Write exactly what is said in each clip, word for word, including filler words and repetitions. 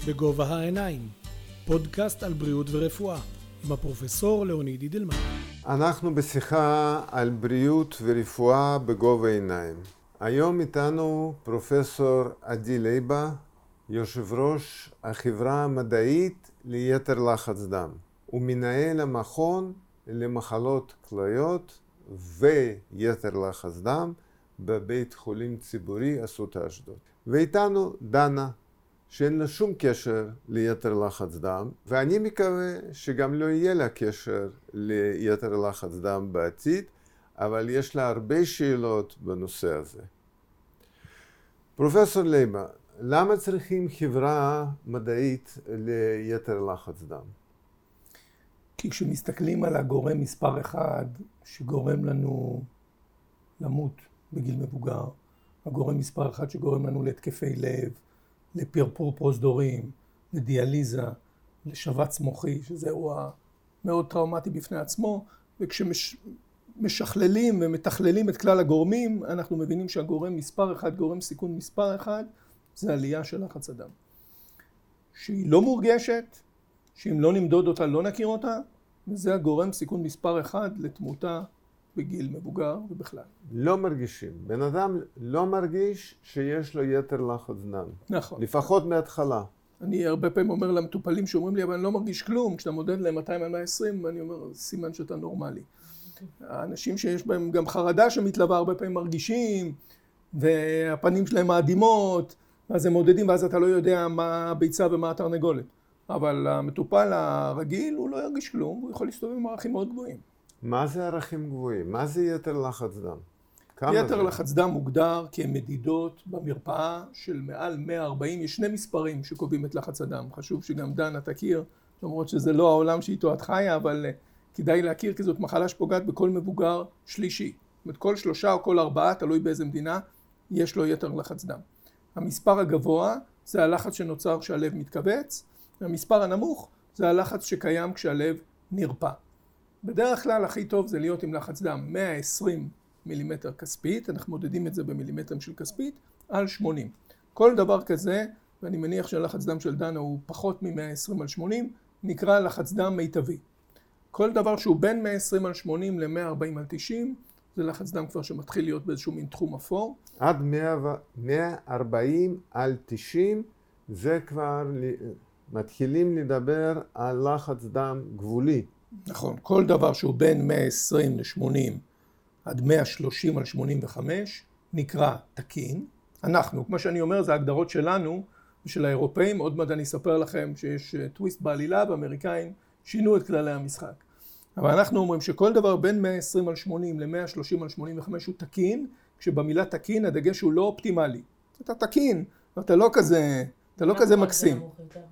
בגובה העיניים, פודקאסט על בריאות ורפואה, עם הפרופסור ליאוניד אידלמן. אנחנו בשיחה על בריאות ורפואה בגובה העיניים. היום איתנו פרופסור עדי לייבה, יושב ראש החברה המדעית ליתר לחץ דם, ומנהל המכון למחלות כליות ויתר לחץ דם בבית חולים ציבורי אסותא אשדוד. ואיתנו דנה, שאין לה שום קשר ליתר לחץ דם, ואני מקווה שגם לא יהיה לה קשר ליתר לחץ דם בעתיד, אבל יש לה הרבה שאלות בנושא הזה. פרופסור לייבה, למה צריכים חברה מדעית ליתר לחץ דם? כי כשמסתכלים על הגורם מספר אחד שגורם לנו למות בגיל מבוגר, הגורם מספר אחד שגורם לנו להתקפי לב, לפרפור פרוזדורים, לדיאליזה, לשבץ מוחי, שזה אירוע מאוד טראומטי בפני עצמו, וכשמשכללים ומתכללים את כלל הגורמים, אנחנו מבינים שהגורם מספר אחד, גורם סיכון מספר אחד, זה עלייה של לחץ הדם. שהיא לא מורגשת, שאם לא נמדוד אותה לא נכיר אותה, וזה הגורם סיכון מספר אחד לתמותה בגיל מבוגר ובכלל. לא מרגישים. בן אדם לא מרגיש שיש לו יתר לחץ דם. נכון. לפחות מההתחלה. אני הרבה פעמים אומר למטופלים שאומרים לי, אבל אני לא מרגיש כלום. כשאתה מודד להם מאתיים עד מאה ועשרים, אני אומר, סימן שאתה נורמלי. האנשים שיש בהם גם חרדה שמתלווה הרבה פעמים מרגישים, והפנים שלהם מאדימות, אז הם מודדים, ואז אתה לא יודע מה הביצה ומה התרנגולת. אבל המטופל הרגיל, הוא לא ירגיש כלום, הוא יכול להסתובב עם ערכים מאוד גבוהים. מה זה ערכים גבוהים? מה זה יתר לחץ דם? יתר לחץ דם מוגדר כמדידות במרפאה של מעל מאה וארבעים. יש שני מספרים שקובעים את לחץ הדם. חשוב שגם דנה תכיר, למרות שזה לא העולם שאיתו את חיה, אבל כדאי להכיר, כי זאת מחלה שפוגעת בכל מבוגר שלישי. זאת אומרת, כל שלושה או כל ארבעה, תלוי באיזה מדינה, יש לו יתר לחץ דם. המספר הגבוה זה הלחץ שנוצר כשהלב מתכווץ, והמספר הנמוך זה הלחץ שקיים כשהלב נרפא. בדרך כלל הכי טוב זה להיות עם לחץ דם מאה ועשרים מילימטר כספית, אנחנו מודדים את זה במילימטרים של כספית, על שמונים. כל דבר כזה, ואני מניח שהלחץ דם של דנה הוא פחות מ-מאה ועשרים על שמונים, נקרא לחץ דם מיטבי. כל דבר שהוא בין מאה ועשרים על שמונים ל-מאה וארבעים על תשעים, זה לחץ דם כבר שמתחיל להיות באיזשהו מין תחום אפור. עד מאה וארבעים על תשעים זה כבר מתחילים לדבר על לחץ דם גבולי. נכון, כל דבר שהוא בין מאה ועשרים ל-שמונים עד מאה ושלושים על שמונים וחמש נקרא תקין. אנחנו, כמו שאני אומר, זה ההגדרות שלנו ושל האירופאים. עוד מעט אני אספר לכם שיש טוויסט בעלילה, באמריקאים שינו את כללי המשחק. אבל אנחנו אומרים שכל דבר בין מאה ועשרים על שמונים ל-מאה ושלושים על שמונים וחמש הוא תקין, כשבמילה תקין הדגש הוא לא אופטימלי. אתה תקין, אתה לא כזה, אתה לא כזה מקסים.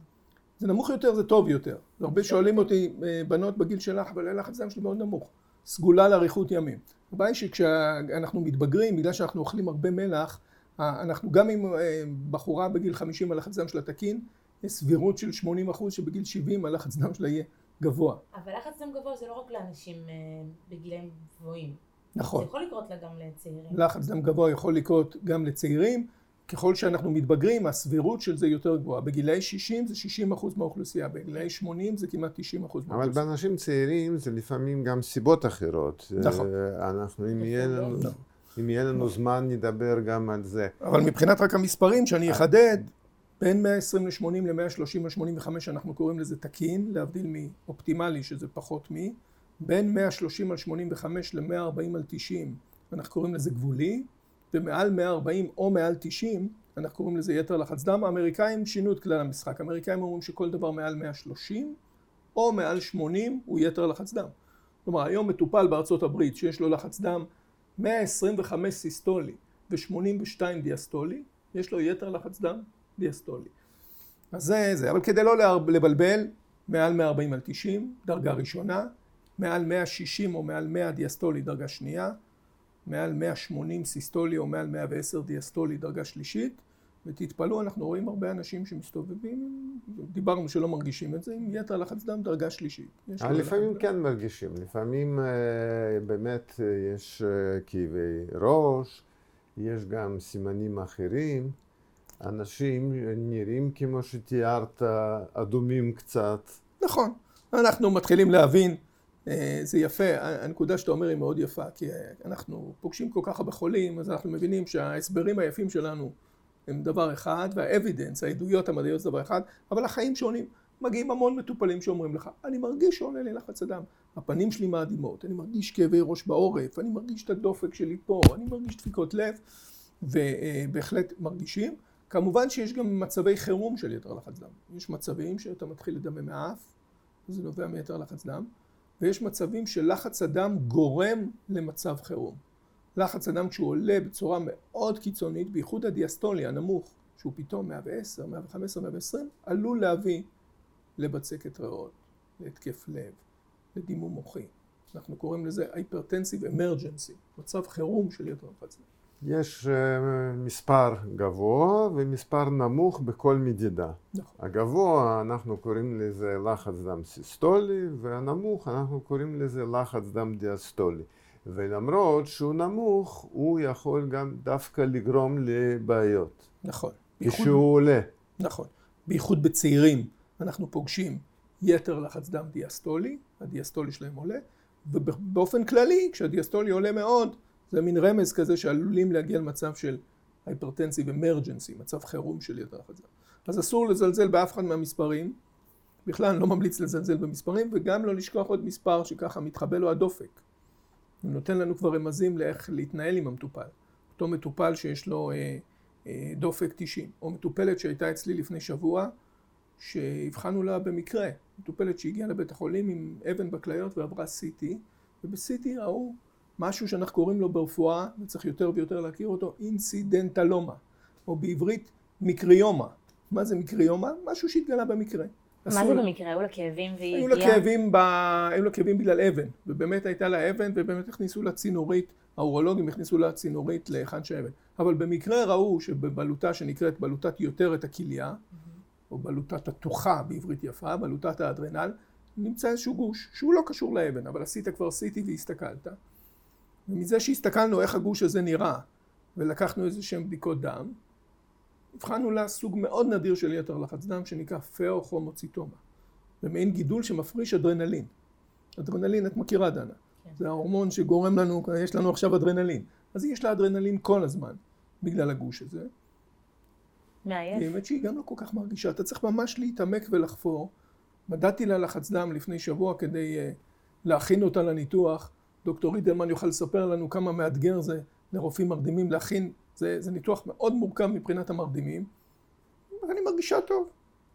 זה נמוך יותר, זה טוב יותר. הרבה שואלים אותי, בנות בגיל שלך, אבל הלחץ דם שלי מאוד נמוך. סגולה לאריכות ימים. הבעיה היא שכשאנחנו מתבגרים, בגלל שאנחנו אוכלים הרבה מלח, אנחנו גם עם בחורה בגיל חמישים הלחץ דם שלה תקין, יש סבירות של שמונים אחוז שבגיל שבעים הלחץ דם שלה יהיה גבוה. אבל לחץ דם גבוה זה לא רק לאנשים בגילאים גבוהים. נכון. זה יכול לקרות לה גם לצעירים. לחץ דם גבוה יכול לקרות גם לצעירים. ככל שאנחנו מתבגרים, הסבירות של זה יותר גבוהה. בגילאי שישים זה שישים אחוז מהאוכלוסייה, בגילאי שמונים זה כמעט תשעים אחוז מהאוכלוסייה. אבל באנשים צעירים זה לפעמים גם סיבות אחרות. נכון. אנחנו, אם יהיה לנו, אם יהיה לנו זמן, נדבר גם על זה. אבל מבחינת רק המספרים שאני אחדד, בין מאה ועשרים ל-שמונים ל-מאה ושלושים על שמונים וחמש אנחנו קוראים לזה תקין, להבדיל מאופטימלי שזה פחות מי. בין מאה ושלושים על שמונים וחמש ל-מאה וארבעים על תשעים אנחנו קוראים לזה גבולי. ומעל מאה וארבעים או מעל תשעים, אנחנו קוראים לזה יתר לחץ דם. האמריקאים שינו את כלל המשחק. האמריקאים אומרים שכל דבר מעל מאה ושלושים או מעל שמונים הוא יתר לחץ דם. כלומר, היום מטופל בארצות הברית שיש לו לחץ דם מאה ועשרים וחמש סיסטולי ו-שמונים ושתיים דיאסטולי, יש לו יתר לחץ דם דיאסטולי. אז זה זה, אבל כדי לא לבלבל, מעל מאה וארבעים על תשעים, דרגה ראשונה, מעל מאה ושישים או מעל מאה דיאסטולי, דרגה שנייה, מעל מאה ושמונים סיסטולי או מעל מאה ועשר דיאסטולי דרגה שלישית, ותתפלאו, אנחנו רואים הרבה אנשים שמסתובבים, דיברנו שלא מרגישים את זה, עם יתר לחץ דם דרגה שלישית. לפעמים כן מרגישים, לפעמים באמת יש כאבי ראש, יש גם סימנים אחרים. אנשים נראים כמו שתיארת, אדומים קצת. נכון. אנחנו מתחילים להבין, זה יפה, הנקודה שאתה אומר היא מאוד יפה, כי אנחנו פוגשים כל כך הרבה חולים, אז אנחנו מבינים שההסברים היפים שלנו הם דבר אחד, והאבידנס, העדויות המדעיות זה דבר אחד, אבל החיים שונים. מגיעים המון מטופלים שאומרים לך, אני מרגיש שעולה לי לחץ הדם, הפנים שלי מאדימות, אני מרגיש כאבי ראש בעורף, אני מרגיש את הדופק שלי פה, אני מרגיש דפיקות לב, ובהחלט מרגישים. כמובן שיש גם מצבי חירום של יתר לחץ דם. יש מצבים שאתה מתחיל לדמם מהאף, זה נובע מיתר לחץ דם, ויש מצבים שלחץ הדם גורם למצב חירום. לחץ הדם כשהוא עולה בצורה מאוד קיצונית, בייחוד הדיאסטולי הנמוך, שהוא פתאום מאה ועשר, מאה וחמש עשרה, מאה ועשרים, עלול להביא לבצקת ריאות, להתקף לב, לדימום מוחי. אנחנו קוראים לזה hypertensive emergency, מצב חירום של יתר לחץ דם. יש uh, מספר גבוה ומספר נמוך בכל מדידה. נכון. הגבוה אנחנו קוראים לזה לחץ דם סיסטולי, והנמוך אנחנו קוראים לזה לחץ דם דיאסטולי. ולמרות שהוא נמוך, הוא יכול גם דווקא לגרום לבעיות. נכון. כשהוא עולה. נכון. בייחוד בצעירים אנחנו פוגשים יתר לחץ דם דיאסטולי, הדיאסטולי שלהם עולה, ובאופן כללי, כשהדיאסטולי עולה מאוד, זה מין רמז כזה שעלולים להגיע למצב של hypertensive emergency, מצב חירום של יתר לחץ דם. אז אסור לזלזל באף אחד מהמספרים, בכלל אני לא ממליץ לזלזל במספרים, וגם לא לשכוח עוד מספר שככה מתחבא לו הדופק. הוא נותן לנו כבר רמזים לאיך להתנהל עם המטופל. אותו מטופל שיש לו אה, אה, דופק תשעים, או מטופלת שהייתה אצלי לפני שבוע, שהבחנו לה במקרה. מטופלת שהגיעה לבית החולים עם אבן בכליות ועברה סי טי, וב-סי טי ראו משהו שאנחנו קוראים לו ברפואה, וצריך יותר ויותר להכיר אותו, אינסידנטלומה, או בעברית מקריומה. מה זה מקריומה? משהו שהתגלה במקרה. מה זה במקרה? היו לה כאבים והיא היו לה כאבים, ב... היו לה כאבים בגלל אבן, ובאמת הייתה לה אבן, ובאמת הכניסו לה צינורית, האורולוגים הכניסו לה צינורית להיכן שהאבן. אבל במקרה ראו שבבלוטה שנקראת בלוטת יותרת הכליה, או בלוטת התוכה בעברית יפה, בלוטת האדרנל, נמצא איזשהו גוש שהוא לא קשור לאבן, אבל עשית כבר סיטי והסתכלת. ומזה שהסתכלנו איך הגוש הזה נראה, ולקחנו איזה שהם בדיקות דם, הבחנו לה סוג מאוד נדיר של יתר לחץ דם שנקרא פאוכרומוציטומה. זה מעין גידול שמפריש אדרנלין. אדרנלין, את מכירה דנה. כן. זה ההורמון שגורם לנו, יש לנו עכשיו אדרנלין. אז יש לה אדרנלין כל הזמן, בגלל הגוש הזה. מעייף. באמת שהיא גם לא כל כך מרגישה. אתה צריך ממש להתעמק ולחפור. מדדתי לה לחץ דם לפני שבוע כדי uh, להכין אותה לניתוח. דוקטור רידלמן יוכל לספר לנו כמה מאתגר זה לרופאים מרדימים להכין. זה, זה ניתוח מאוד מורכב מבחינת המרדימים. אני מרגישה טוב.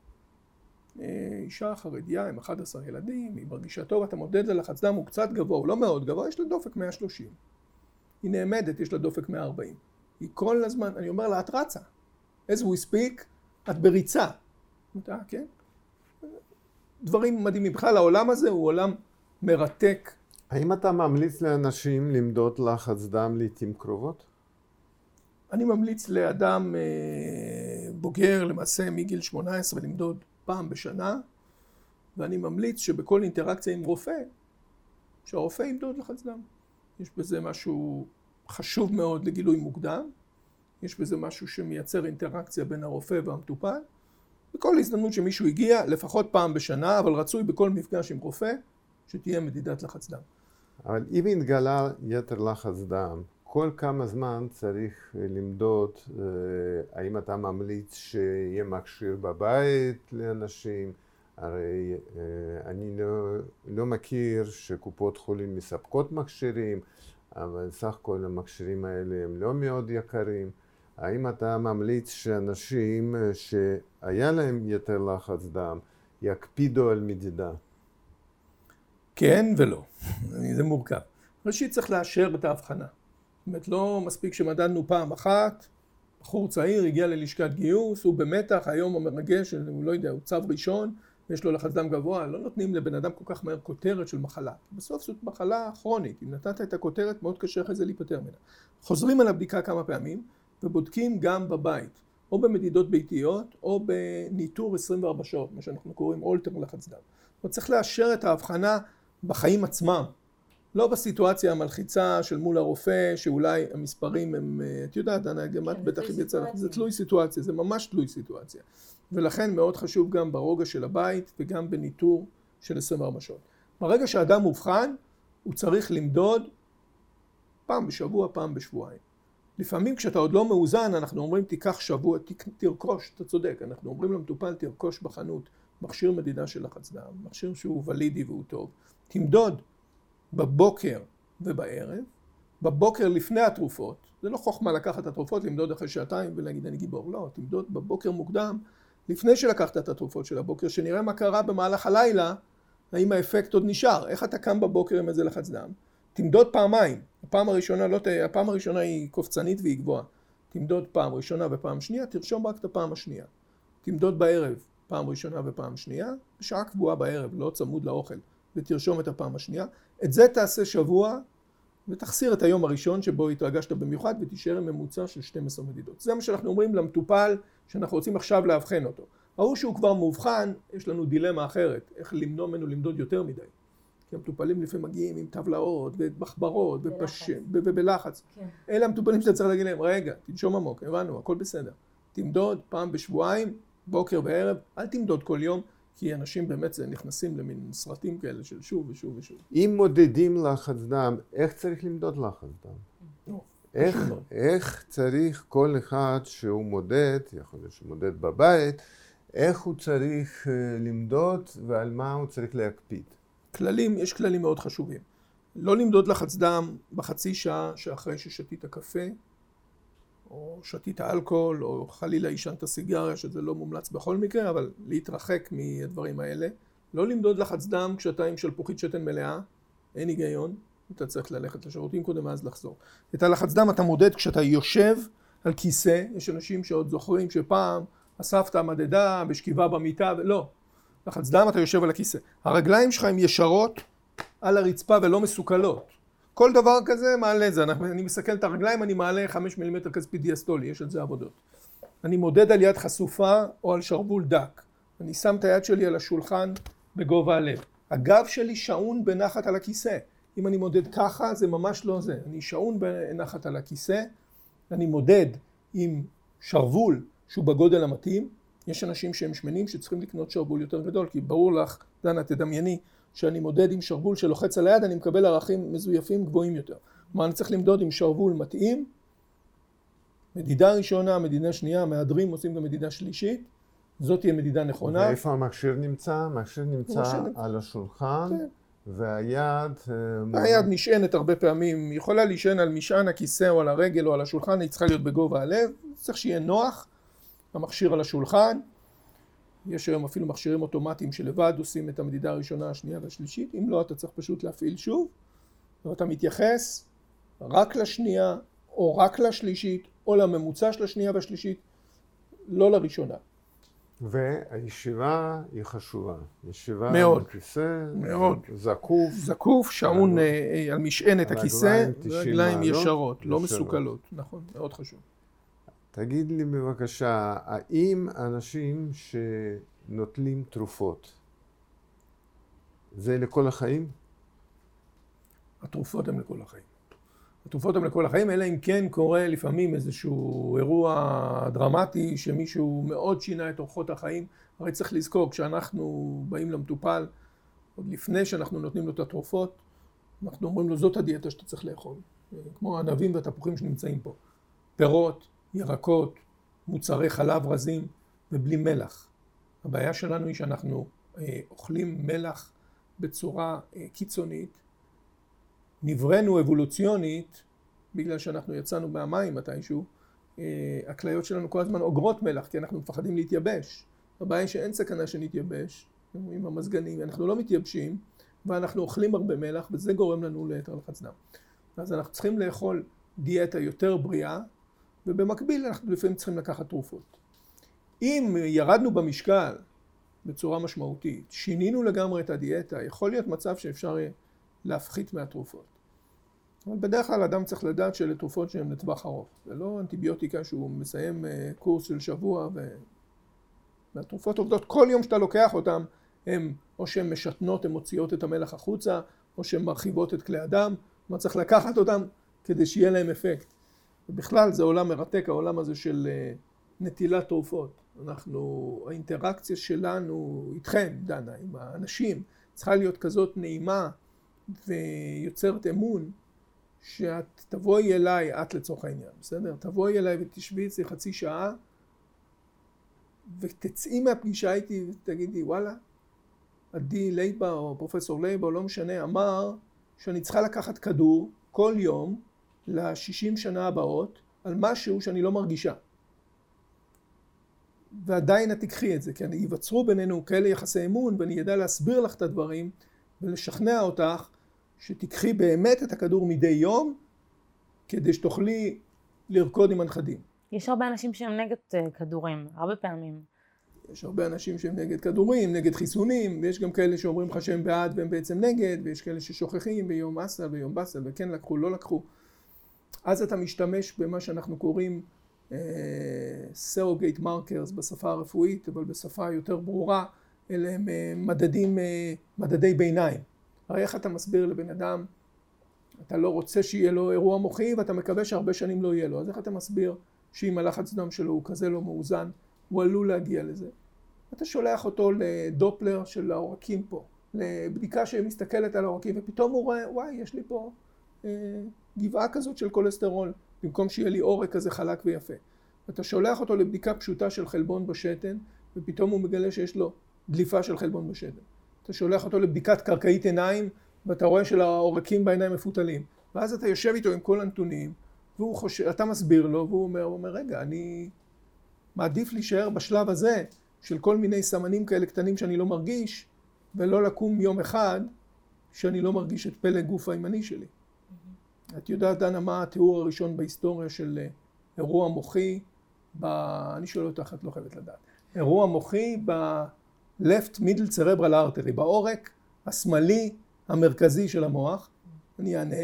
אישה חרדיה עם אחד עשר ילדים, היא מרגישה טוב, אתה מודד ללחץ דם, הוא קצת גבוה, הוא לא מאוד גבוה, יש לה דופק מאה ושלושים. היא נעמדת, יש לה דופק מאה וארבעים. היא כל הזמן, אני אומר לה, את רצה. as we speak, את בריצה. אתה, כן? דברים מדהימים. בכלל, העולם הזה הוא עולם מרתק. האם אתה ממליץ לאנשים למדוד לחץ דם לעתים קרובות? אני ממליץ לאדם בוגר, למעשה מגיל שמונה עשרה, למדוד פעם בשנה, ואני ממליץ שבכל אינטראקציה עם רופא, שהרופא ימדוד לחץ דם. יש בזה משהו חשוב מאוד לגילוי מוקדם, יש בזה משהו שמייצר אינטראקציה בין הרופא והמטופל, בכל הזדמנות שמישהו הגיע, לפחות פעם בשנה, אבל רצוי בכל מפגש עם רופא, שתהיה מדידת לחץ דם. אבל אם התגלה יתר לחץ דם, כל כמה זמן צריך למדוד, האם אתה ממליץ שיהיה מכשיר בבית לאנשים? הרי אני לא, לא מכיר שקופות חולים מספקות מכשירים, אבל סך כל המכשירים האלה הם לא מאוד יקרים. האם אתה ממליץ שאנשים שהיה להם יתר לחץ דם יקפידו על מדידה? כן ולא, זה מורכב. ראשית צריך לאשר את ההבחנה. זאת אומרת, לא מספיק שמדדנו פעם אחת, בחור צעיר הגיע ללשכת גיוס, הוא במתח, היום המרגש, הוא לא יודע, הוא צו ראשון, יש לו לחץ דם גבוה, לא נותנים לבן אדם כל כך מהר כותרת של מחלה. בסוף זאת מחלה כרונית, אם נתת את הכותרת מאוד קשה אחרי זה להיפטר ממנה. חוזרים על הבדיקה כמה פעמים, ובודקים גם בבית, או במדידות ביתיות, או בניטור עשרים וארבע שעות, מה שאנחנו קוראים אולטר לחץ דם. אבל צריך לאשר את ההבחנה בחיים עצמם. לא בסיטואציה המלחיצה של מול הרופא, שאולי המספרים הם, את יודעת, אני גם את בטח אם יצא, זה תלוי סיטואציה, זה ממש תלוי סיטואציה. ולכן מאוד חשוב גם ברוגע של הבית וגם בניטור של עשרים וארבע שעות. ברגע שאדם מובחן, הוא צריך למדוד פעם בשבוע, פעם בשבועיים. לפעמים כשאתה עוד לא מאוזן, אנחנו אומרים תיקח שבוע, תרכוש, אתה צודק, אנחנו אומרים למטופל תרכוש בחנות מכשיר מדידה של לחץ דם, מכשיר שהוא ולידי והוא טוב, תמדוד בבוקר ובערב, בבוקר לפני התרופות, זה לא חוכמה לקחת את התרופות, למדוד אחרי שעתיים ולהגיד אני גיבור, לא, תמדוד בבוקר מוקדם, לפני שלקחת את התרופות של הבוקר, שנראה מה קרה במהלך הלילה, האם האפקט עוד נשאר, איך אתה קם בבוקר עם איזה לחץ דם, תמדוד פעמיים, הפעם הראשונה, לא, הפעם הראשונה היא קופצנית והיא גבוהה, תמדוד פעם ראשונה ופעם שנייה, תרשום רק את הפעם השנייה, תמדוד בערב, פעם ראשונה ופעם שנייה, בשעה קבועה בערב, לא צמוד לאוכל, ותרשום את הפעם השנייה, את זה תעשה שבוע, ותחסיר את היום הראשון שבו התרגשת במיוחד, ותישאר עם ממוצע של שתים עשרה מדידות. זה מה שאנחנו אומרים למטופל, שאנחנו רוצים עכשיו להבחן אותו. ההוא שהוא כבר מאובחן, יש לנו דילמה אחרת, איך למנוע ממנו למדוד יותר מדי. כי המטופלים לפעמים מגיעים עם טבלאות, ובחברות, ובלחץ. כן. אלה המטופלים שאתה צריך להגיד להם, רגע, תנשום עמוק, הבנו, הכל בסדר. תמדוד פעם בשבועיים, בוקר וערב, אל תמדוד כל יום, כי אנשים באמת נכנסים למין סרטים כאלה של שוב ושוב ושוב. אם מודדים לחץ דם, איך צריך למדוד לחץ דם? איך, איך צריך כל אחד שהוא מודד, יכול להיות שהוא מודד בבית, איך הוא צריך למדוד ועל מה הוא צריך להקפיד? כללים, יש כללים מאוד חשובים. לא למדוד לחץ דם בחצי שעה שאחרי ששתית קפה, או שתית אלכוהול, או חלילה עישנת סיגריה, שזה לא מומלץ בכל מקרה, אבל להתרחק מהדברים האלה. לא למדוד לחץ דם כשאתה עם שלפוחית שתן מלאה, אין היגיון, אתה צריך ללכת לשירותים קודם, אז לחזור. את הלחץ דם אתה מודד כשאתה יושב על כיסא, יש אנשים שעוד זוכרים שפעם הסבתא מדדה בשכיבה במיטה, לא. לחץ דם אתה יושב על הכיסא. הרגליים שלך הן ישרות על הרצפה ולא מסוכלות. כל דבר כזה מעלה את זה, אני מסתכל את הרגליים, אני מעלה חמישה מילימטר כספי דיאסטולי, יש על זה עבודות. אני מודד על יד חשופה או על שרוול דק. אני שם את היד שלי על השולחן בגובה הלב. הגב שלי שעון בנחת על הכיסא. אם אני מודד ככה, זה ממש לא זה. אני שעון בנחת על הכיסא, אני מודד עם שרוול שהוא בגודל המתאים. יש אנשים שהם שמנים שצריכים לקנות שרוול יותר גדול, כי ברור לך, דנה, תדמייני, שאני מודד עם שרוול שלוחץ על היד, אני מקבל ערכים מזויפים גבוהים יותר. מה אני צריך למדוד עם שרוול מתאים? מדידה ראשונה, מדידה שנייה, מהדרים עושים גם מדידה שלישית, זאת תהיה מדידה נכונה. ואיפה המכשיר נמצא? המכשיר נמצא על השולחן, כן. והיד... היד נשענת הרבה פעמים, יכולה להישען על משען הכיסא או על הרגל או על השולחן, היא צריכה להיות בגובה הלב, צריך שיהיה נוח, המכשיר על השולחן, יש היום אפילו מכשירים אוטומטיים שלבד עושים את המדידה הראשונה, השנייה והשלישית, אם לא אתה צריך פשוט להפעיל שוב, ואתה מתייחס רק לשנייה או רק לשלישית או לממוצע של השנייה והשלישית, לא לראשונה. והישיבה היא חשובה, ישיבה מאוד, בכיסא, מאוד. זקוף, זקוף, שעון על משענת הכיסא, רגליים ישרות, לא מסוכלות, נכון, מאוד חשוב. תגיד לי בבקשה, האם אנשים שנוטלים תרופות, זה לכל החיים? התרופות הן לכל החיים. התרופות הן לכל החיים, אלא אם כן קורה לפעמים איזשהו אירוע דרמטי שמישהו מאוד שינה את אורחות החיים. הרי צריך לזכור, כשאנחנו באים למטופל, עוד לפני שאנחנו נותנים לו את התרופות, אנחנו אומרים לו, זאת הדיאטה שאתה צריך לאכול. כמו הענבים והתפוחים שנמצאים פה. פירות, ירקות, מוצרי חלב רזים ובלי מלח. הבעיה שלנו היא שאנחנו אה, אוכלים מלח בצורה אה, קיצונית. נבראנו אבולוציונית, בגלל שאנחנו יצאנו מהמים מתישהו, אה, הכליות שלנו כל הזמן אוגרות מלח, כי אנחנו מפחדים להתייבש. הבעיה היא שאין סכנה שנתייבש, עם המזגנים, אנחנו לא מתייבשים, ואנחנו אוכלים הרבה מלח, וזה גורם לנו ליתר לחץ דם. אז אנחנו צריכים לאכול דיאטה יותר בריאה, ובמקביל אנחנו לפעמים צריכים לקחת תרופות. אם ירדנו במשקל בצורה משמעותית, שינינו לגמרי את הדיאטה, יכול להיות מצב שאפשר להפחית מהתרופות. אבל בדרך כלל אדם צריך לדעת שאלה תרופות שהן לטווח ארוך. זה לא אנטיביוטיקה שהוא מסיים קורס של שבוע, ו... והתרופות עובדות כל יום שאתה לוקח אותן, הן או שהן משתנות, הן מוציאות את המלח החוצה, או שהן מרחיבות את כלי הדם, מה צריך לקחת אותם כדי שיהיה להם אפקט. ובכלל זה עולם מרתק, העולם הזה של נטילת תרופות. אנחנו, האינטראקציה שלנו איתכם, דנה, עם האנשים, צריכה להיות כזאת נעימה ויוצרת אמון, שאת תבואי אליי, את לצורך העניין, בסדר? תבואי אליי ותשבי אצלי חצי שעה, ותצאי מהפגישה איתי ותגידי, וואלה, עדי לייבה או פרופסור לייבה, או לא משנה, אמר שאני צריכה לקחת כדור כל יום ל-שישים שנה הבאות, על משהו שאני לא מרגישה. ועדיין את תקחי את זה, כי ייווצרו בינינו כאלה יחסי אמון, ואני ידע להסביר לך את הדברים, ולשכנע אותך שתקחי באמת את הכדור מדי יום, כדי שתוכלי לרקוד עם הנכדים. יש הרבה אנשים שהם נגד כדורים, הרבה פעמים. יש הרבה אנשים שהם נגד כדורים, נגד חיסונים, ויש גם כאלה שאומרים לך שהם בעד והם בעצם נגד, ויש כאלה ששוכחים ביום אסל ויום בסל, וכן לקחו, לא לקחו. אז אתה משתמש במה שאנחנו קוראים surrogate markers בשפה הרפואית, אבל בשפה יותר ברורה, אלה הם מדדים, מדדי ביניים. הרי איך אתה מסביר לבן אדם, אתה לא רוצה שיהיה לו אירוע מוחי, ואתה מקווה שהרבה שנים לא יהיה לו. אז איך אתה מסביר שאם הלחץ דם שלו הוא כזה לא מאוזן, הוא עלול להגיע לזה? אתה שולח אותו לדופלר של העורקים פה, לבדיקה שמסתכלת על העורקים, ופתאום הוא רואה, וואי, יש לי פה אה, גבעה כזאת של קולסטרול, במקום שיהיה לי עורק כזה חלק ויפה. אתה שולח אותו לבדיקה פשוטה של חלבון בשתן, ופתאום הוא מגלה שיש לו דליפה של חלבון בשתן. אתה שולח אותו לבדיקת קרקעית עיניים, ואתה רואה שלעורקים בעיניים מפותלים. ואז אתה יושב איתו עם כל הנתונים, והוא חושב, אתה מסביר לו, והוא אומר, הוא אומר, רגע, אני מעדיף להישאר בשלב הזה, של כל מיני סמנים כאלה קטנים שאני לא מרגיש, ולא לקום יום אחד, שאני לא מרגיש את פלג גוף הימני שלי. Mm-hmm. את יודעת, דנה, מה התיאור הראשון בהיסטוריה של אירוע מוחי, ב... אני שואל אותך, את לא חייבת לדעת. אירוע מוחי ב-left middle cerebral artery, בעורק השמאלי המרכזי של המוח. אני אענה,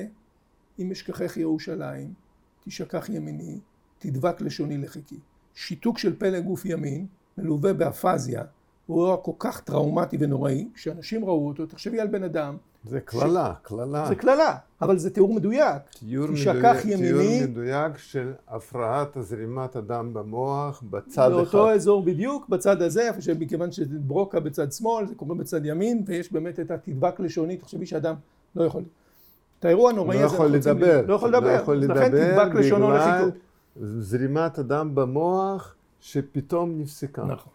אם אשכחך ירושלים, תשכח ימיני, תדבק לשוני לחיקי. שיתוק של פלג גוף ימין, מלווה באפזיה, הוא אירוע כל כך טראומטי ונוראי, כשאנשים ראו אותו, תחשבי על בן אדם. זה כללה, ש... כללה. זה כללה, אבל זה תיאור מדויק. תיאור תשכח מדויק, ימיני. תיאור מדויק של הפרעת הזרימת הדם במוח בצד אחד. באותו אזור בדיוק, בצד הזה, איפה שמכיוון שזה ברוקה בצד שמאל, זה קורה בצד ימין, ויש באמת את התדבק לשוני, תחשבי שאדם לא יכול. את האירוע הנוראי לא הזה, יכול לדבר. לא יכול לדבר. לא יכול לדבר לכן תדבק לשונו לחיקות. זרימת הדם במוח שפתאום נפסקה. נכון.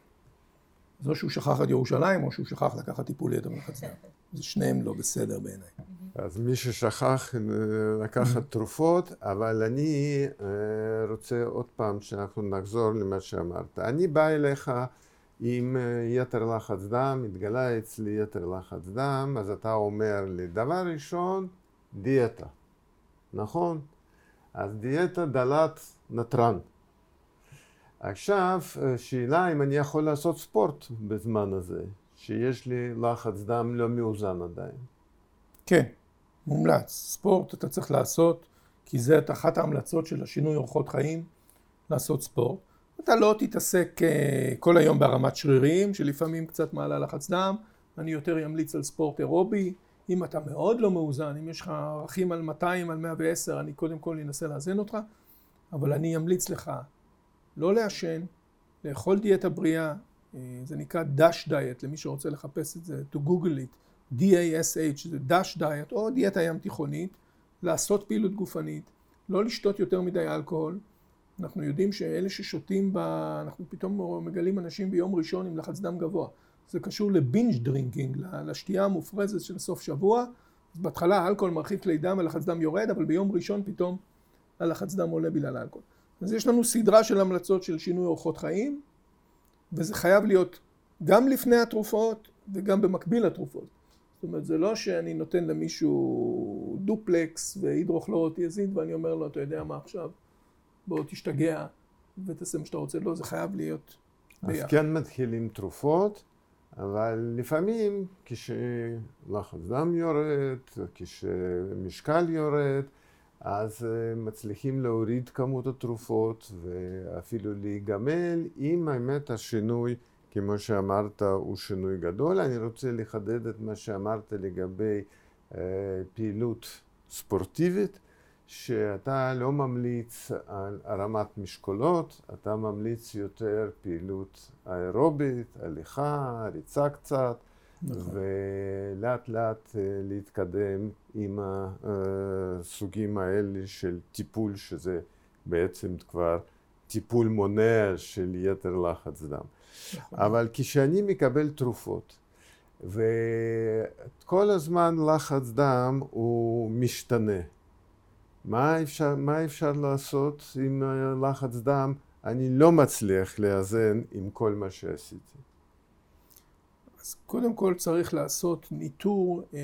אז או שהוא שכח את ירושלים, או שהוא שכח לקחת טיפול יתר מלחץ דם. זה שניהם לא בסדר בעיניי. אז מי ששכח לקחת תרופות, אבל אני רוצה עוד פעם שאנחנו נחזור למה שאמרת. אני בא אליך עם יתר לחץ דם, התגלה אצלי יתר לחץ דם, אז אתה אומר לי, דבר ראשון, דיאטה. נכון? אז דיאטה דלת נתרן. עכשיו, שאלה אם אני יכול לעשות ספורט בזמן הזה, שיש לי לחץ דם לא מאוזן עדיין. כן, מומלץ. ספורט אתה צריך לעשות, כי זה אחת ההמלצות של השינוי אורחות חיים, לעשות ספורט. אתה לא תתעסק כל היום בהרמת שרירים, שלפעמים קצת מעלה לחץ דם. אני יותר ימליץ על ספורט אירובי. אם אתה מאוד לא מאוזן, אם יש לך ערכים על מאתיים, על מאה ועשר, אני קודם כל אנסה לאזן אותך, אבל אני אמליץ לך לא לעשן, לאכול דיאטה בריאה, זה נקרא דאש דיאט, למי שרוצה לחפש את זה, to google it, די איי אס אייץ', זה דאש דיאט, או דיאטה ים תיכונית, לעשות פעילות גופנית, לא לשתות יותר מדי אלכוהול. אנחנו יודעים שאלה ששותים, ב... אנחנו פתאום מגלים אנשים ביום ראשון עם לחץ דם גבוה. זה קשור לבינג' דרינקינג, לשתייה המופרזת של סוף שבוע. אז בהתחלה האלכוהול מרחיב כלי דם, הלחץ דם יורד, אבל ביום ראשון פתאום הלחץ דם עולה בגלל האלכוהול. אז יש לנו סדרה של המלצות של שינוי אורחות חיים, וזה חייב להיות גם לפני התרופות וגם במקביל לתרופות. זאת אומרת, זה לא שאני נותן למישהו דופלקס והידרוכלורוטיאזיד, ואני אומר לו, אתה יודע מה עכשיו? בוא תשתגע ותעשה מה שאתה רוצה. לא, זה חייב להיות ביחד. אז כן מתחילים תרופות, אבל לפעמים כשלחץ דם יורד, כשמשקל יורד, אז מצליחים להוריד כמות התרופות ואפילו להיגמל, אם האמת השינוי, כמו שאמרת, הוא שינוי גדול. אני רוצה לחדד את מה שאמרת לגבי פעילות ספורטיבית, שאתה לא ממליץ על הרמת משקולות, אתה ממליץ יותר פעילות אירובית, הליכה, ריצה קצת, ולאט לאט להתקדם עם הסוגים האלה של טיפול, שזה בעצם כבר טיפול מונע של יתר לחץ דם. אבל כשאני מקבל תרופות, וכל הזמן לחץ דם הוא משתנה, מה אפשר, מה אפשר לעשות עם לחץ דם? אני לא מצליח לאזן עם כל מה שעשיתי. אז קודם כל צריך לעשות ניטור אה,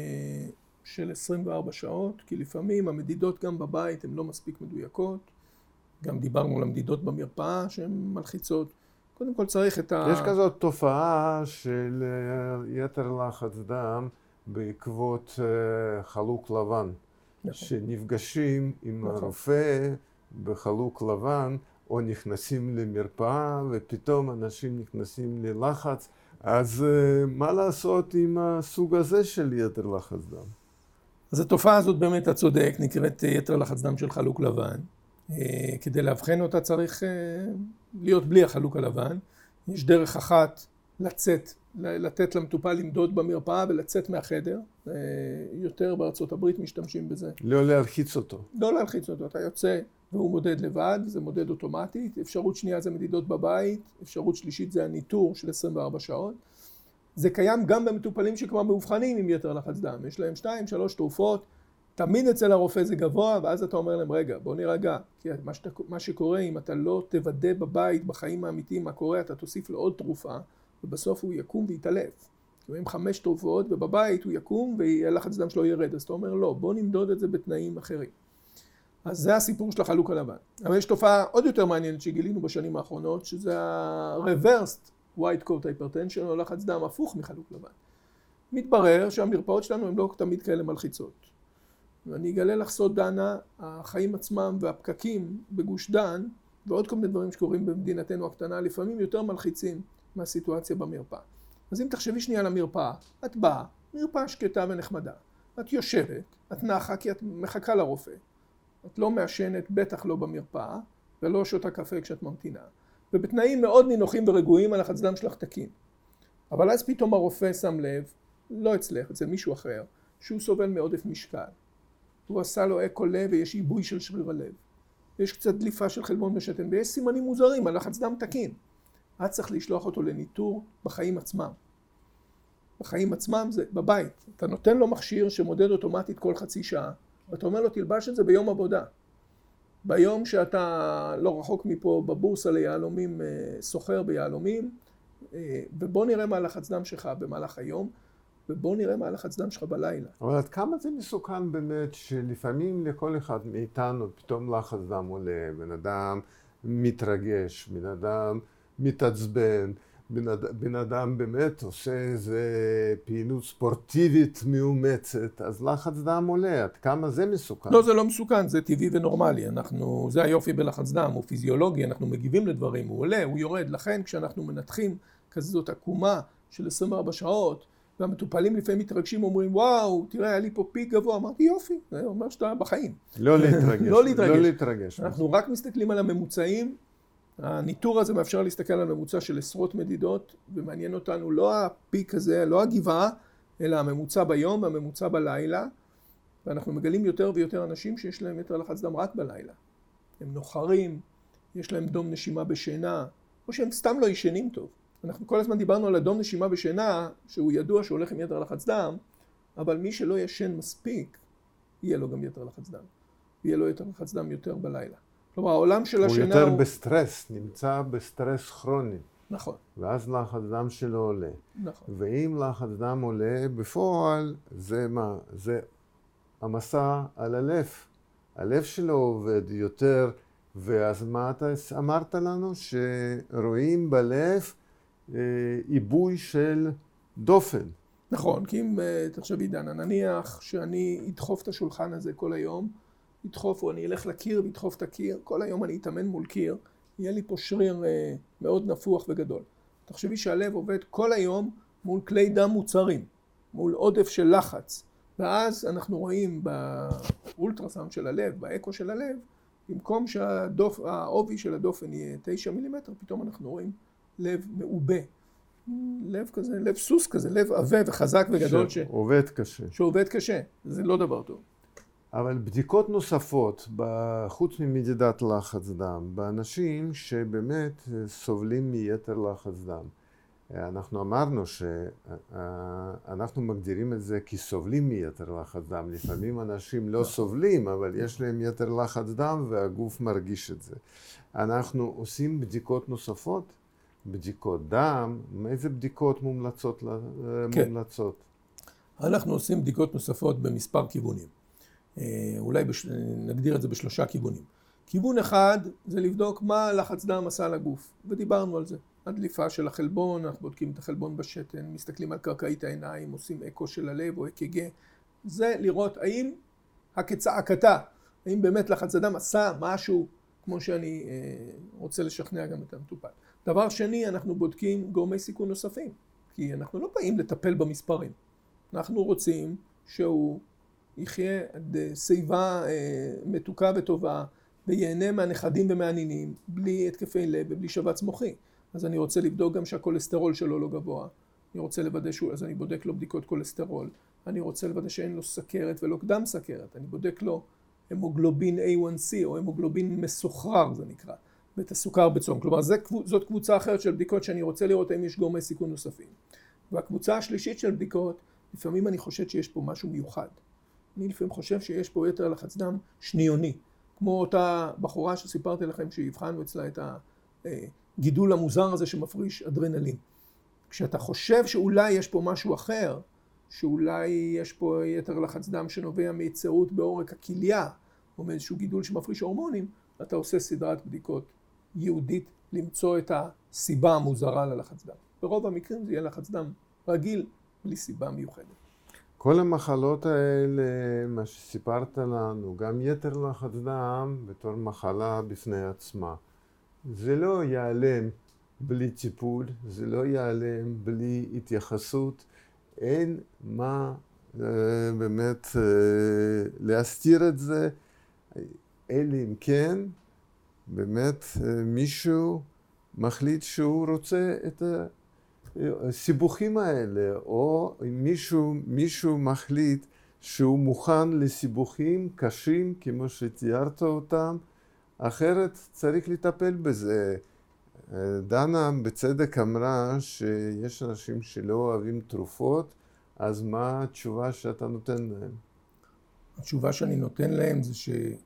של עשרים וארבע שעות, כי לפעמים המדידות גם בבית הן לא מספיק מדויקות. גם דיברנו על המדידות במרפאה שהן מלחיצות. קודם כל צריך את ה... יש כזאת תופעה של יתר לחץ דם בעקבות חלוק לבן. נכון. שנפגשים עם נכון. הרופא בחלוק לבן, או נכנסים למרפאה, ופתאום אנשים נכנסים ללחץ. אז מה לעשות עם הסוג הזה של יתר לחץ דם? אז התופעה הזאת באמת, אתה צודק, נקראת יתר לחץ דם של חלוק לבן. כדי להבחן אותה צריך להיות בלי החלוק הלבן. יש דרך אחת לצאת, לתת למטופל למדוד במרפאה ולצאת מהחדר. יותר בארצות הברית משתמשים בזה. לא להלחיץ אותו. לא להלחיץ אותו. אתה יוצא והוא מודד לבד, זה מודד אוטומטית. אפשרות שנייה זה מדידות בבית. אפשרות שלישית זה הניטור של עשרים וארבע שעות. זה קיים גם במטופלים שכבר מאובחנים עם יתר לחץ דם. יש להם שתיים, שלוש תרופות. תמיד אצל הרופא זה גבוה, ואז אתה אומר להם, רגע, בוא נירגע. כי מה, שאתה, מה שקורה, אם אתה לא תוודא בבית, בחיים האמיתיים, מה קורה, אתה תוסיף לו עוד תרופה, ובסוף הוא יקום ויתעלף. כי עם חמש תרופות, ובבית הוא יקום, והלחץ דם שלו ירד. אז אתה אומר, לא, בוא נמדוד את זה בתנאים אחרים. אז זה הסיפור של החלוק הלבן. אבל יש תופעה עוד יותר מעניינת שגילינו בשנים האחרונות, שזה ה-reversed white coat hypertension, או לחץ דם הפוך מחלוק לבן. מתברר שהמרפאות שלנו הן לא תמיד כאלה מלחיצות. ואני אגלה לך סוד, דנה, החיים עצמם והפקקים בגוש דן, ועוד כל מיני דברים שקורים במדינתנו הקטנה, לפעמים יותר מלחיצים מהסיטואציה במרפאה. אז אם תחשבי שנייה על המרפאה, את באה, מרפאה שקטה ונחמדה. את יושבת, את נחה כי את מחכה לרופא. את לא מעשנת, בטח לא במרפאה, ולא שותה קפה כשאת ממתינה. ובתנאים מאוד נינוחים ורגועים, הלחץ דם שלך תקין. אבל אז פתאום הרופא שם לב, לא אצלך, אצל מישהו אחר, שהוא סובל מעודף משקל. הוא עשה לו אקו לב ויש עיבוי של שריר הלב. יש קצת דליפה של חלבון בשתן, ויש סימנים מוזרים, הלחץ דם תקין. את צריך לשלוח אותו לניטור בחיים עצמם. בחיים עצמם זה בבית. אתה נותן לו מכשיר שמודד אוטומטית כל חצי שעה, ואתה אומר לו, תלבש את זה ביום עבודה. ביום שאתה לא רחוק מפה בבורסה ליהלומים, סוחר ביהלומים, ובוא נראה מה הלחץ דם שלך במהלך היום, ובוא נראה מה הלחץ דם שלך בלילה. אבל עד כמה זה מסוכן באמת שלפעמים לכל אחד מאיתנו פתאום לחץ דם עולה, בן אדם מתרגש, בן אדם מתעצבן, בן, בן אדם באמת עושה איזה פעילות ספורטיבית מאומצת, אז לחץ דם עולה, עד כמה זה מסוכן? לא, זה לא מסוכן, זה טבעי ונורמלי. אנחנו, זה היופי בלחץ דם, הוא פיזיולוגי, אנחנו מגיבים לדברים, הוא עולה, הוא יורד. לכן כשאנחנו מנתחים כזאת עקומה של עשרים וארבע שעות, והמטופלים לפעמים מתרגשים ואומרים, וואו, תראה, היה לי פה פיק גבוה. אמרתי, יופי, זה אומר שאתה בחיים. לא להתרגש. לא להתרגש. לא להתרגש. אנחנו רק מסתכלים על הממוצעים. הניטור הזה מאפשר להסתכל על ממוצע של עשרות מדידות, ומעניין אותנו לא הפיק הזה, לא הגבעה, אלא הממוצע ביום והממוצע בלילה. ואנחנו מגלים יותר ויותר אנשים שיש להם יתר לחץ דם רק בלילה. הם נוחרים, יש להם דום נשימה בשינה, או שהם סתם לא ישנים טוב. אנחנו כל הזמן דיברנו על אדום נשימה בשינה, שהוא ידוע שהולך עם יתר לחץ דם, אבל מי שלא ישן מספיק, יהיה לו גם יתר לחץ דם. יהיה לו יתר לחץ דם יותר בלילה. כלומר, העולם של השינה הוא... הוא יותר בסטרס, נמצא בסטרס כרוני. נכון. ואז לחץ דם שלו עולה. נכון. ואם לחץ דם עולה, בפועל, זה מה? זה המסע על הלב. הלב שלו עובד יותר, ואז מה אתה אמרת לנו? שרואים בלב עיבוי של דופן. נכון, כי אם תחשבי דנה, נניח שאני אדחוף את השולחן הזה כל היום, אדחוף או אני אלך לקיר ואדחוף את הקיר, כל היום אני אתאמן מול קיר, יהיה לי פה שריר מאוד נפוח וגדול. תחשבי שהלב עובד כל היום מול כלי דם מוצרים, מול עודף של לחץ, ואז אנחנו רואים באולטרסאונד של הלב, באקו של הלב, במקום שהעובי של הדופן יהיה תשע מילימטר, פתאום אנחנו רואים לב מעובה. לב כזה, לב סוס כזה, לב עבה וחזק וגדול. שעובד ש... קשה. שעובד קשה, זה לא דבר טוב. אבל בדיקות נוספות, חוץ ממדידת לחץ דם, באנשים שבאמת סובלים מיתר לחץ דם. אנחנו אמרנו שאנחנו מגדירים את זה כסובלים מיתר לחץ דם. לפעמים אנשים לא סובלים, אבל יש להם יתר לחץ דם והגוף מרגיש את זה. אנחנו עושים בדיקות נוספות, בדיקות דם. איזה בדיקות מומלצות? כן. מומלצות? אנחנו עושים בדיקות נוספות במספר כיוונים. אולי בש... נגדיר את זה בשלושה כיוונים. כיוון אחד זה לבדוק מה לחץ דם עשה לגוף, ודיברנו על זה. הדליפה של החלבון, אנחנו בודקים את החלבון בשתן, מסתכלים על קרקעית העיניים, עושים אקו של הלב או אק"ג. זה לראות האם הכצעקתה, האם באמת לחץ הדם עשה משהו כמו שאני אה, רוצה לשכנע גם את המטופל. דבר שני, אנחנו בודקים גורמי סיכון נוספים, כי אנחנו לא באים לטפל במספרים. אנחנו רוצים שהוא יחיה עד שיבה אה, מתוקה וטובה, ויהנה מהנכדים ומהנינים, בלי התקפי לב ובלי שבץ מוחי. אז אני רוצה לבדוק גם שהכולסטרול שלו לא גבוה. אני רוצה לוודא שהוא, אז אני בודק לו בדיקות כולסטרול. אני רוצה לוודא שאין לו סכרת ולא קדם סכרת. אני בודק לו המוגלובין איי וואן סי או המוגלובין מסוחרר, זה נקרא, ואת הסוכר בצום. כלומר, זה, זאת קבוצה אחרת של בדיקות שאני רוצה לראות האם יש גורמי סיכון נוספים. והקבוצה השלישית של בדיקות, לפעמים אני חושב שיש פה משהו מיוחד. אני לפעמים חושב שיש פה יתר לחץ דם שניוני. כמו אותה בחורה שסיפרתי לכם שהבחנו אצלה את הגידול המוזר הזה שמפריש אדרנלין. כשאתה חושב שאולי יש פה משהו אחר, שאולי יש פה יתר לחץ דם שנובע מהיצרות בעורק הכליה, או מאיזשהו גידול שמפריש הורמונים, אתה עושה סדרת בדיקות ייעודית למצוא את הסיבה המוזרה ללחץ דם. ברוב המקרים זה יהיה לחץ דם רגיל, בלי סיבה מיוחדת. כל המחלות האלה, מה שסיפרת לנו, גם יתר לחץ דם בתור מחלה בפני עצמה, זה לא ייעלם בלי טיפול, זה לא ייעלם בלי התייחסות, אין מה אה, באמת אה, להסתיר את זה, אלא אם כן באמת אה, מישהו מחליט שהוא רוצה את ה... הסיבוכים האלה, או מישהו, מישהו מחליט שהוא מוכן לסיבוכים קשים כמו שתיארת אותם, אחרת צריך לטפל בזה. דנה בצדק אמרה שיש אנשים שלא אוהבים תרופות, אז מה התשובה שאתה נותן להם? התשובה שאני נותן להם זה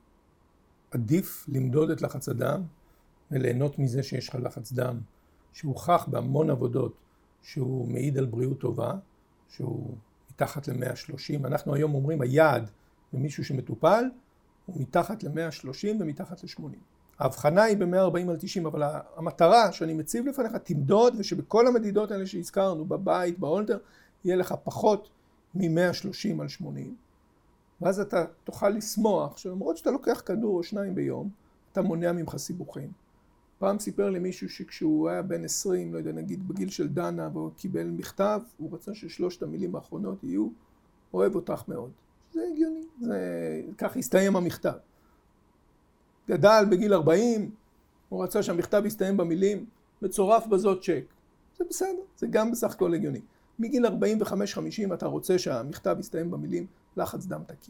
שעדיף למדוד את לחץ הדם וליהנות מזה שיש לך לחץ דם שהוכח בהמון עבודות שהוא מעיד על בריאות טובה, שהוא מתחת ל-מאה שלושים. אנחנו היום אומרים היעד במישהו שמטופל הוא מתחת ל-מאה שלושים ומתחת ל-שמונים. ההבחנה היא ב-מאה ארבעים על תשעים, אבל המטרה שאני מציב לפניך תמדוד, ושבכל המדידות האלה שהזכרנו, בבית, בהולטר, יהיה לך פחות מ-מאה שלושים על שמונים. ואז אתה תוכל לשמוח, שלמרות שאתה לוקח כדור או שניים ביום, אתה מונע ממך סיבוכים. פעם סיפר לי מישהו שכשהוא היה בן עשרים, לא יודע, נגיד בגיל של דנה, והוא קיבל מכתב, הוא רצה ששלושת המילים האחרונות יהיו, אוהב אותך מאוד. זה הגיוני, זה... כך הסתיים המכתב. גדל בגיל ארבעים, הוא רצה שהמכתב יסתיים במילים, מצורף בזאת צ'ק. זה בסדר, זה גם בסך הכל הגיוני. מגיל ארבעים וחמש חמישים אתה רוצה שהמכתב יסתיים במילים, לחץ דם תקין.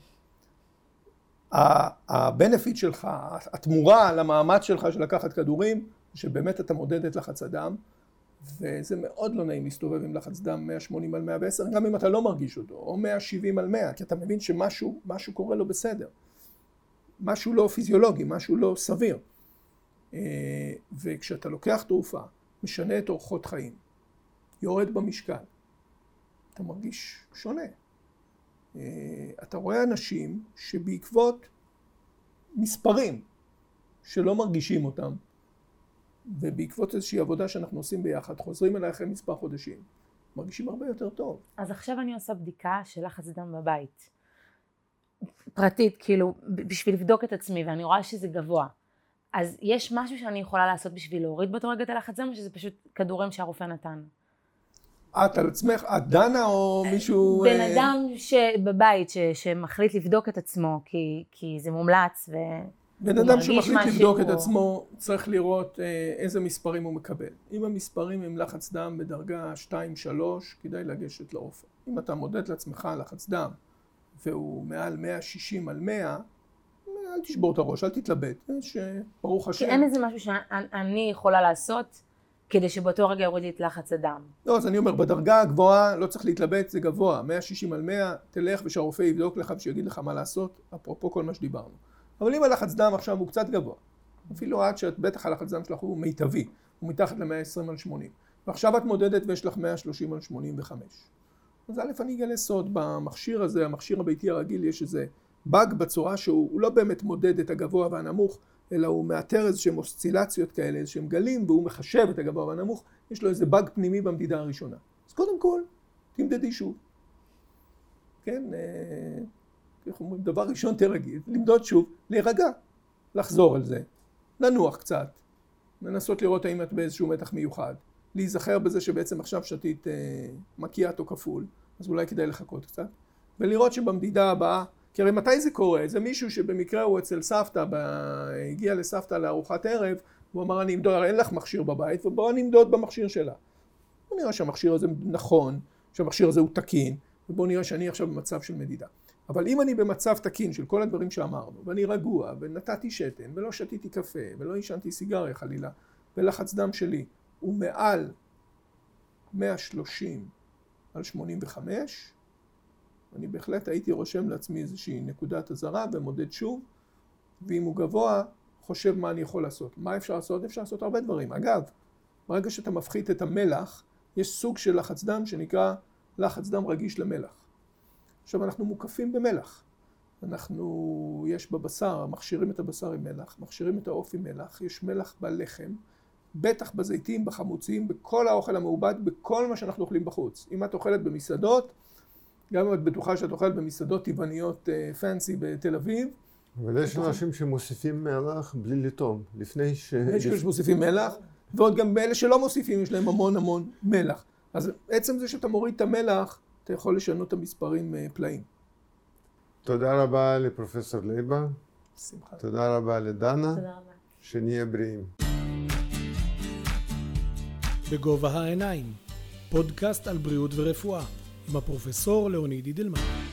הבנפיט שלך, התמורה למאמץ שלך של לקחת כדורים, שבאמת אתה מודד את לחץ הדם, וזה מאוד לא נעים להסתובב עם לחץ דם מאה שמונים על מאה ועשר, גם אם אתה לא מרגיש אותו, או מאה שבעים על מאה, כי אתה מבין שמשהו משהו קורה לו בסדר. משהו לא פיזיולוגי, משהו לא סביר. וכשאתה לוקח תרופה, משנה את אורחות חיים, יורד במשקל, אתה מרגיש שונה. אתה רואה אנשים שבעקבות מספרים שלא מרגישים אותם, ובעקבות איזושהי עבודה שאנחנו עושים ביחד, חוזרים אליי אחרי מספר חודשים, מרגישים הרבה יותר טוב. אז עכשיו אני עושה בדיקה של לחץ דם בבית. פרטית, כאילו, בשביל לבדוק את עצמי, ואני רואה שזה גבוה. אז יש משהו שאני יכולה לעשות בשביל להוריד באותו רגע את הלחץ דם, או שזה פשוט כדורים שהרופא נתן? את על עצמך, את דנה או מישהו... בן אדם שבבית ש, שמחליט לבדוק את עצמו, כי, כי זה מומלץ ו... בן אדם שמחליט לבדוק את עצמו צריך לראות איזה מספרים הוא מקבל. אם המספרים הם לחץ דם בדרגה שתיים שלוש, כדאי לגשת לרופא. אם אתה מודד לעצמך לחץ דם והוא מעל מאה שישים על מאה, אל תשבור את הראש, אל תתלבט, שברוך השם. כי אין איזה משהו שאני יכולה לעשות כדי שבאותו רגע יוריד לי את לחץ הדם. לא, אז אני אומר, בדרגה הגבוהה לא צריך להתלבט, זה גבוה. מאה שישים על מאה, תלך ושהרופא יבדוק לך ושיגיד לך מה לעשות, אפרופו כל מה שדיברנו. אבל אם הלחץ דם עכשיו הוא קצת גבוה, אפילו עד שאת בטח הלחץ דם שלך הוא מיטבי, הוא מתחת ל-מאה ועשרים על שמונים, ועכשיו את מודדת ויש לך מאה ושלושים על שמונים וחמש. אז א', אני אגלה סוד במכשיר הזה, המכשיר הביתי הרגיל, יש איזה באג בצורה שהוא לא באמת מודד את הגבוה והנמוך, אלא הוא מאתר איזשהם אוסצילציות כאלה, איזשהם גלים, והוא מחשב את הגבוה והנמוך, יש לו איזה באג פנימי במדידה הראשונה. אז קודם כל, תמדדי שוב. כן, איך אומרים, דבר ראשון תרגי, למדוד שוב, להירגע, לחזור על זה, לנוח קצת, לנסות לראות האם את באיזשהו מתח מיוחד, להיזכר בזה שבעצם עכשיו שתית מקיאטו כפול, אז אולי כדאי לחכות קצת, ולראות שבמדידה הבאה, כי הרי מתי זה קורה? זה מישהו שבמקרה הוא אצל סבתא, הגיע לסבתא לארוחת ערב, הוא אמר, אני אמדוד, הרי אין לך מכשיר בבית, ובואו אני אמדוד במכשיר שלה. בואו נראה שהמכשיר הזה נכון, שהמכשיר הזה הוא תקין, ובואו נראה שאני עכשיו במצב של מדידה. אבל אם אני במצב תקין של כל הדברים שאמרנו, ואני רגוע, ונתתי שתן, ולא שתיתי קפה, ולא עישנתי סיגריה חלילה, ולחץ דם שלי הוא מעל מאה ושלושים על שמונים וחמש, אני בהחלט הייתי רושם לעצמי איזושהי נקודת הזרה ומודד שוב, ואם הוא גבוה, חושב מה אני יכול לעשות. מה אפשר לעשות? אפשר לעשות הרבה דברים. אגב, ברגע שאתה מפחית את המלח, יש סוג של לחץ דם שנקרא לחץ דם רגיש למלח. עכשיו אנחנו מוקפים במלח. אנחנו, יש בבשר, מכשירים את הבשר עם מלח, מכשירים את העוף עם מלח, יש מלח בלחם, בטח בזיתים, בחמוצים, בכל האוכל המעובד, בכל מה שאנחנו אוכלים בחוץ. אם את אוכלת במסעדות, גם אם את בטוחה שאת אוכלת במסעדות טבעוניות פנסי בתל אביב. אבל יש אנשים שמוסיפים מלח בלי לטעום, לפני ש... יש כאלה שמוסיפים מלח, ועוד גם באלה שלא מוסיפים, יש להם המון המון מלח. אז עצם זה שאתה מוריד את המלח, אתה יכול לשנות את המספרים פלאים. תודה רבה לפרופסור לייבה. שמחה. תודה רבה לדנה. תודה רבה. שנהיה בריאים. בגובה העיניים, פודקאסט על בריאות ורפואה, עם הפרופסור לאוניד אידלמן.